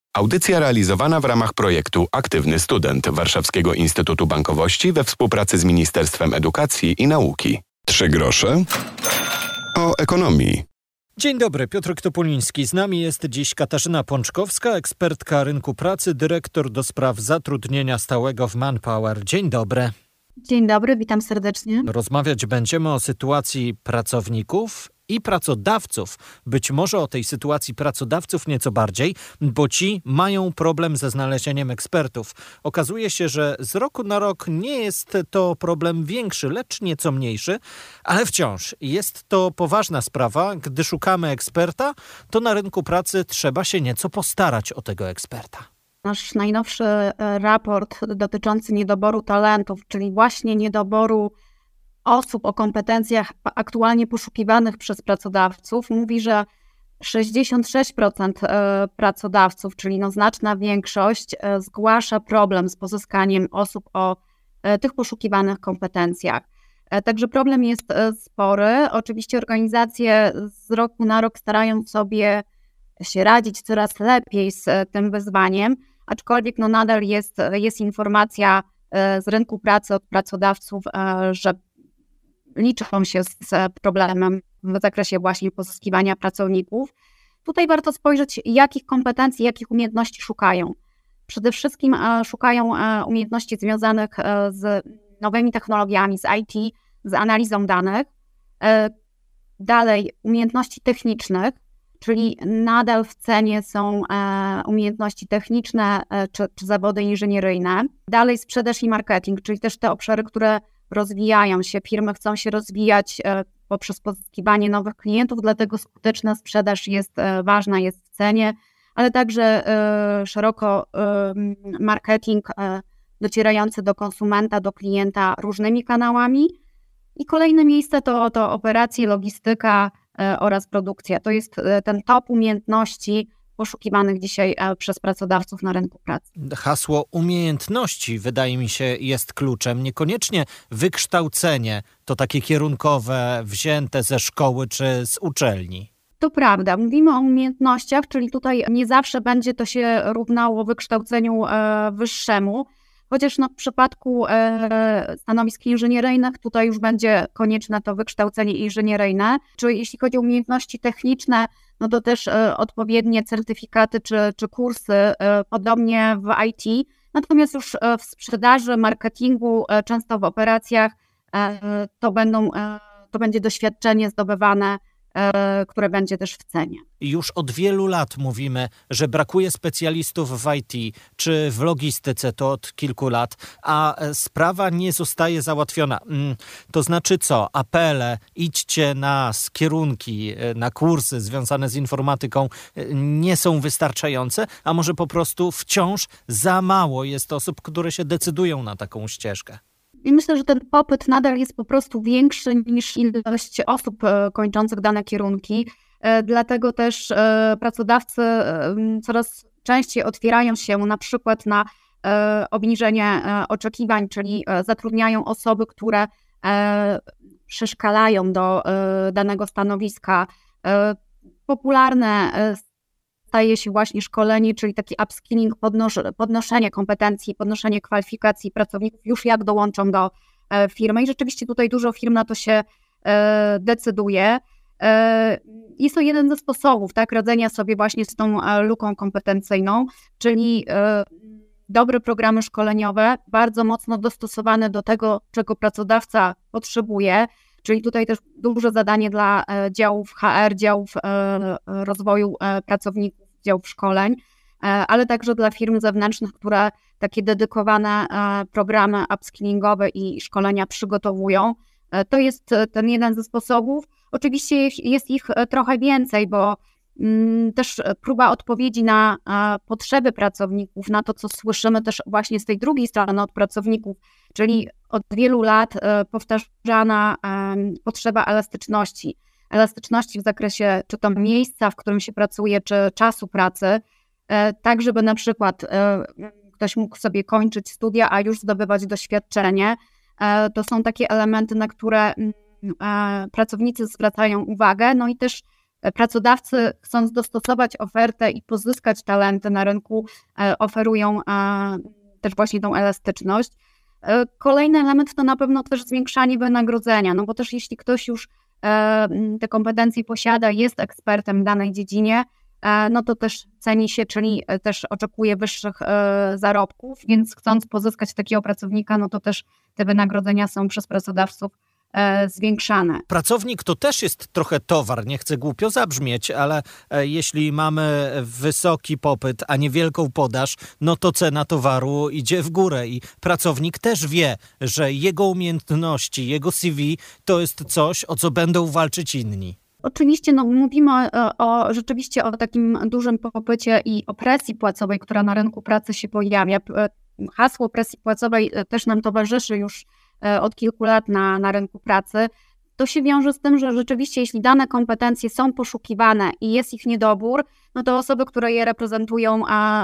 Audycja realizowana w ramach projektu Aktywny Student Warszawskiego Instytutu Bankowości we współpracy z Ministerstwem Edukacji i Nauki. 3 grosze o ekonomii. Dzień dobry, Piotr Topuliński. Z nami jest dziś Katarzyna Pączkowska, ekspertka rynku pracy, dyrektor do spraw zatrudnienia stałego w Manpower. Dzień dobry. Dzień dobry, witam serdecznie. Rozmawiać będziemy o sytuacji pracowników i pracodawców. Być może o tej sytuacji pracodawców nieco bardziej, bo ci mają problem ze znalezieniem ekspertów. Okazuje się, że z roku na rok nie jest to problem większy, lecz nieco mniejszy, ale wciąż jest to poważna sprawa. Gdy szukamy eksperta, to na rynku pracy trzeba się nieco postarać o tego eksperta. Nasz najnowszy raport dotyczący niedoboru talentów, czyli właśnie niedoboru osób o kompetencjach aktualnie poszukiwanych przez pracodawców, mówi, że 66% pracodawców, czyli znaczna większość, zgłasza problem z pozyskaniem osób o tych poszukiwanych kompetencjach. Także problem jest spory. Oczywiście organizacje z roku na rok starają sobie się radzić coraz lepiej z tym wyzwaniem, aczkolwiek nadal jest informacja z rynku pracy od pracodawców, że liczą się z problemem w zakresie właśnie pozyskiwania pracowników. Tutaj warto spojrzeć, jakich kompetencji, jakich umiejętności szukają. Przede wszystkim szukają umiejętności związanych z nowymi technologiami, z IT, z analizą danych. Dalej umiejętności technicznych, czyli nadal w cenie są umiejętności techniczne czy zawody inżynieryjne. Dalej sprzedaż i marketing, czyli też te obszary, które rozwijają się. Firmy chcą się rozwijać poprzez pozyskiwanie nowych klientów, dlatego skuteczna sprzedaż jest ważna, jest w cenie, ale także szeroko marketing docierający do konsumenta, do klienta różnymi kanałami. I kolejne miejsce to operacje, logistyka oraz produkcja. To jest ten top umiejętności poszukiwanych dzisiaj przez pracodawców na rynku pracy. Hasło umiejętności, wydaje mi się, jest kluczem. Niekoniecznie wykształcenie, to takie kierunkowe, wzięte ze szkoły czy z uczelni. To prawda. Mówimy o umiejętnościach, czyli tutaj nie zawsze będzie to się równało wykształceniu wyższemu, chociaż w przypadku stanowisk inżynieryjnych tutaj już będzie konieczne to wykształcenie inżynieryjne. Czyli jeśli chodzi o umiejętności techniczne, to też odpowiednie certyfikaty czy kursy, podobnie w IT. Natomiast już w sprzedaży, marketingu, często w operacjach to będzie doświadczenie zdobywane, które będzie też w cenie. Już od wielu lat mówimy, że brakuje specjalistów w IT czy w logistyce, to od kilku lat, a sprawa nie zostaje załatwiona. To znaczy co? Apele, idźcie na kierunki, na kursy związane z informatyką nie są wystarczające, a może po prostu wciąż za mało jest osób, które się decydują na taką ścieżkę? I myślę, że ten popyt nadal jest po prostu większy niż ilość osób kończących dane kierunki. Dlatego też pracodawcy coraz częściej otwierają się na przykład na obniżenie oczekiwań, czyli zatrudniają osoby, które przeszkalają do danego stanowiska. Popularne staje się właśnie szkolenie, czyli taki upskilling, podnoszenie kompetencji, podnoszenie kwalifikacji pracowników już jak dołączą do firmy. I rzeczywiście tutaj dużo firm na to się decyduje. Jest to jeden ze sposobów radzenia sobie właśnie z tą luką kompetencyjną, czyli dobre programy szkoleniowe, bardzo mocno dostosowane do tego, czego pracodawca potrzebuje, czyli tutaj też duże zadanie dla działów HR, działów rozwoju pracowników, działów szkoleń, ale także dla firm zewnętrznych, które takie dedykowane programy upskillingowe i szkolenia przygotowują. To jest ten jeden ze sposobów. Oczywiście jest ich trochę więcej, bo też próba odpowiedzi na potrzeby pracowników, na to, co słyszymy też właśnie z tej drugiej strony od pracowników, czyli od wielu lat powtarzana potrzeba elastyczności. Elastyczności w zakresie czy to miejsca, w którym się pracuje, czy czasu pracy, tak żeby na przykład ktoś mógł sobie kończyć studia, a już zdobywać doświadczenie. To są takie elementy, na które pracownicy zwracają uwagę, no i też Pracodawcy, chcąc dostosować ofertę i pozyskać talenty na rynku, oferują też właśnie tą elastyczność. Kolejny element to na pewno też zwiększanie wynagrodzenia, no bo też jeśli ktoś już te kompetencje posiada, jest ekspertem w danej dziedzinie, no to też ceni się, czyli też oczekuje wyższych zarobków, więc chcąc pozyskać takiego pracownika, no to też te wynagrodzenia są przez pracodawców zwiększane. Pracownik to też jest trochę towar, nie chcę głupio zabrzmieć, ale jeśli mamy wysoki popyt, a niewielką podaż, no to cena towaru idzie w górę i pracownik też wie, że jego umiejętności, jego CV to jest coś, o co będą walczyć inni. Oczywiście mówimy rzeczywiście o takim dużym popycie i o presji płacowej, która na rynku pracy się pojawia. Hasło presji płacowej też nam towarzyszy już od kilku lat na rynku pracy. To się wiąże z tym, że rzeczywiście jeśli dane kompetencje są poszukiwane i jest ich niedobór, no to osoby, które je reprezentują,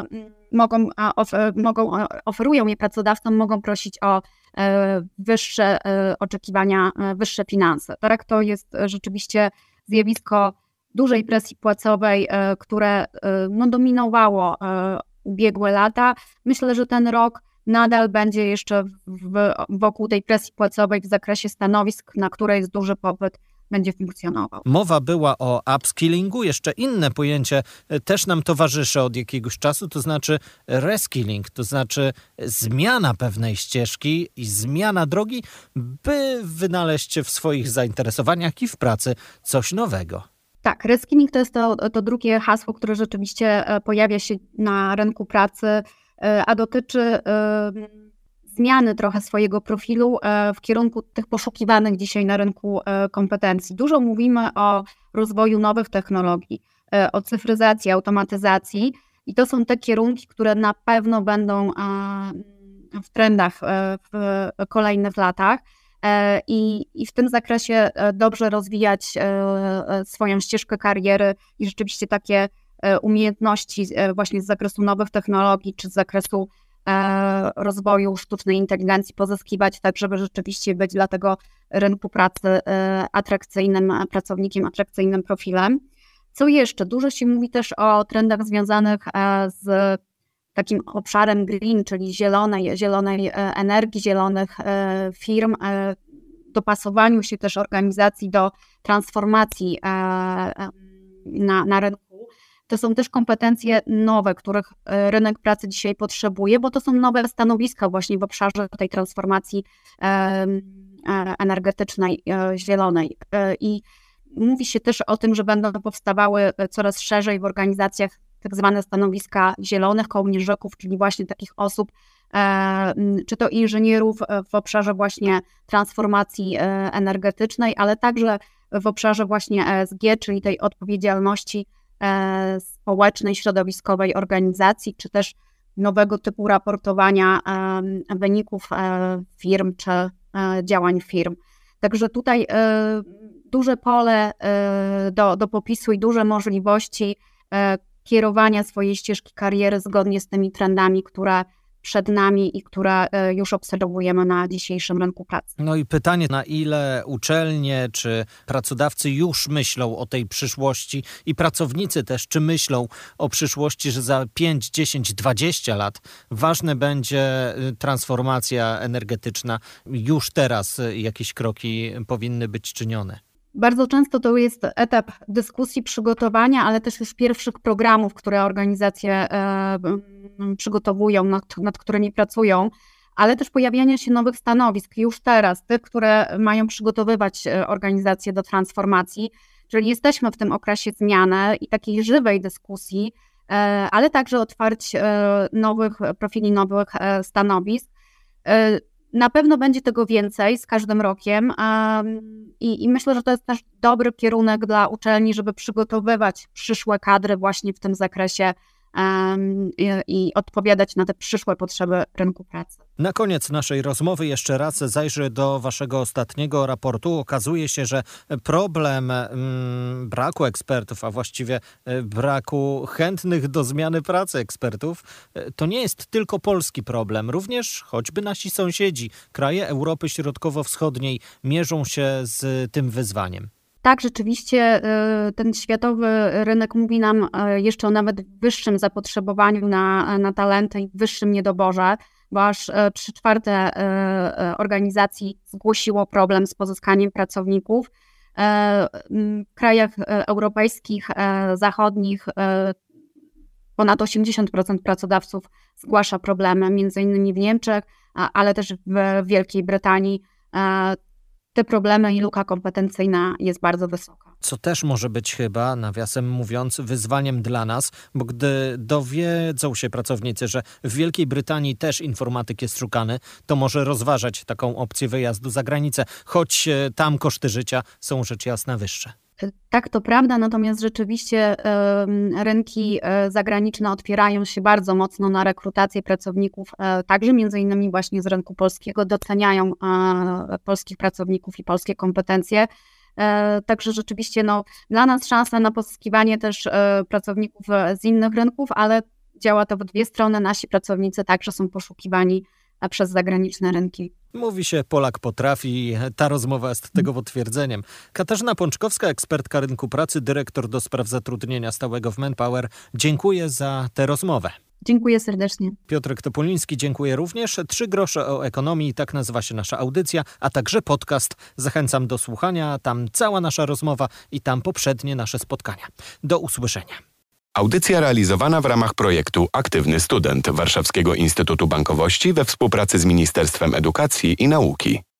oferują je pracodawcom, mogą prosić o wyższe oczekiwania, wyższe finanse. Tak, to jest rzeczywiście zjawisko dużej presji płacowej, które dominowało ubiegłe lata. Myślę, że ten rok nadal będzie jeszcze wokół tej presji płacowej w zakresie stanowisk, na które jest duży popyt, będzie funkcjonował. Mowa była o upskillingu, jeszcze inne pojęcie też nam towarzyszy od jakiegoś czasu, to znaczy reskilling, to znaczy zmiana pewnej ścieżki i zmiana drogi, by wynaleźć w swoich zainteresowaniach i w pracy coś nowego. Tak, reskilling to jest to drugie hasło, które rzeczywiście pojawia się na rynku pracy, a dotyczy zmiany trochę swojego profilu w kierunku tych poszukiwanych dzisiaj na rynku kompetencji. Dużo mówimy o rozwoju nowych technologii, o cyfryzacji, automatyzacji i to są te kierunki, które na pewno będą w trendach w kolejnych latach i w tym zakresie dobrze rozwijać swoją ścieżkę kariery i rzeczywiście takie umiejętności właśnie z zakresu nowych technologii czy z zakresu rozwoju sztucznej inteligencji pozyskiwać, tak żeby rzeczywiście być dla tego rynku pracy atrakcyjnym pracownikiem, atrakcyjnym profilem. Co jeszcze? Dużo się mówi też o trendach związanych z takim obszarem green, czyli zielonej energii, zielonych firm, dopasowaniu się też organizacji do transformacji na rynku. To są też kompetencje nowe, których rynek pracy dzisiaj potrzebuje, bo to są nowe stanowiska właśnie w obszarze tej transformacji energetycznej, zielonej. I mówi się też o tym, że będą powstawały coraz szerzej w organizacjach tak zwane stanowiska zielonych kołnierzyków, czyli właśnie takich osób, czy to inżynierów w obszarze właśnie transformacji energetycznej, ale także w obszarze właśnie ESG, czyli tej odpowiedzialności społecznej, środowiskowej organizacji, czy też nowego typu raportowania wyników firm, czy działań firm. Także tutaj duże pole do popisu i duże możliwości kierowania swojej ścieżki kariery zgodnie z tymi trendami, które przed nami i które już obserwujemy na dzisiejszym rynku pracy. No i pytanie, na ile uczelnie czy pracodawcy już myślą o tej przyszłości i pracownicy też, czy myślą o przyszłości, że za 5, 10, 20 lat ważna będzie transformacja energetyczna. Już teraz jakieś kroki powinny być czynione. Bardzo często to jest etap dyskusji, przygotowania, ale też już pierwszych programów, które organizacje przygotowują, nad którymi pracują, ale też pojawiania się nowych stanowisk już teraz, tych, które mają przygotowywać organizacje do transformacji, czyli jesteśmy w tym okresie zmiany i takiej żywej dyskusji, ale także otwarć nowych profili, nowych stanowisk. Na pewno będzie tego więcej z każdym rokiem i myślę, że to jest też dobry kierunek dla uczelni, żeby przygotowywać przyszłe kadry właśnie w tym zakresie i odpowiadać na te przyszłe potrzeby rynku pracy. Na koniec naszej rozmowy jeszcze raz zajrzę do waszego ostatniego raportu. Okazuje się, że problem braku ekspertów, a właściwie braku chętnych do zmiany pracy ekspertów, to nie jest tylko polski problem. Również choćby nasi sąsiedzi, kraje Europy Środkowo-Wschodniej mierzą się z tym wyzwaniem. Tak, rzeczywiście ten światowy rynek mówi nam jeszcze o nawet wyższym zapotrzebowaniu na talenty i wyższym niedoborze, bo aż 3/4 organizacji zgłosiło problem z pozyskaniem pracowników. W krajach europejskich, zachodnich ponad 80% pracodawców zgłasza problemy, między innymi w Niemczech, ale też w Wielkiej Brytanii. Te problemy i luka kompetencyjna jest bardzo wysoka. Co też może być chyba, nawiasem mówiąc, wyzwaniem dla nas, bo gdy dowiedzą się pracownicy, że w Wielkiej Brytanii też informatyk jest szukany, to może rozważać taką opcję wyjazdu za granicę, choć tam koszty życia są rzecz jasna wyższe. Tak, to prawda, natomiast rzeczywiście rynki zagraniczne otwierają się bardzo mocno na rekrutację pracowników, także między innymi właśnie z rynku polskiego, doceniają polskich pracowników i polskie kompetencje. Także rzeczywiście dla nas szansa na pozyskiwanie też pracowników z innych rynków, ale działa to w dwie strony. Nasi pracownicy także są poszukiwani przez zagraniczne rynki. Mówi się, Polak potrafi, ta rozmowa jest tego potwierdzeniem. Katarzyna Pączkowska, ekspertka rynku pracy, dyrektor do spraw zatrudnienia stałego w Manpower. Dziękuję za tę rozmowę. Dziękuję serdecznie. Piotrek Topuliński, dziękuję również. 3 grosze o ekonomii, tak nazywa się nasza audycja, a także podcast. Zachęcam do słuchania, tam cała nasza rozmowa i tam poprzednie nasze spotkania. Do usłyszenia. Audycja realizowana w ramach projektu Aktywny Student Warszawskiego Instytutu Bankowości we współpracy z Ministerstwem Edukacji i Nauki.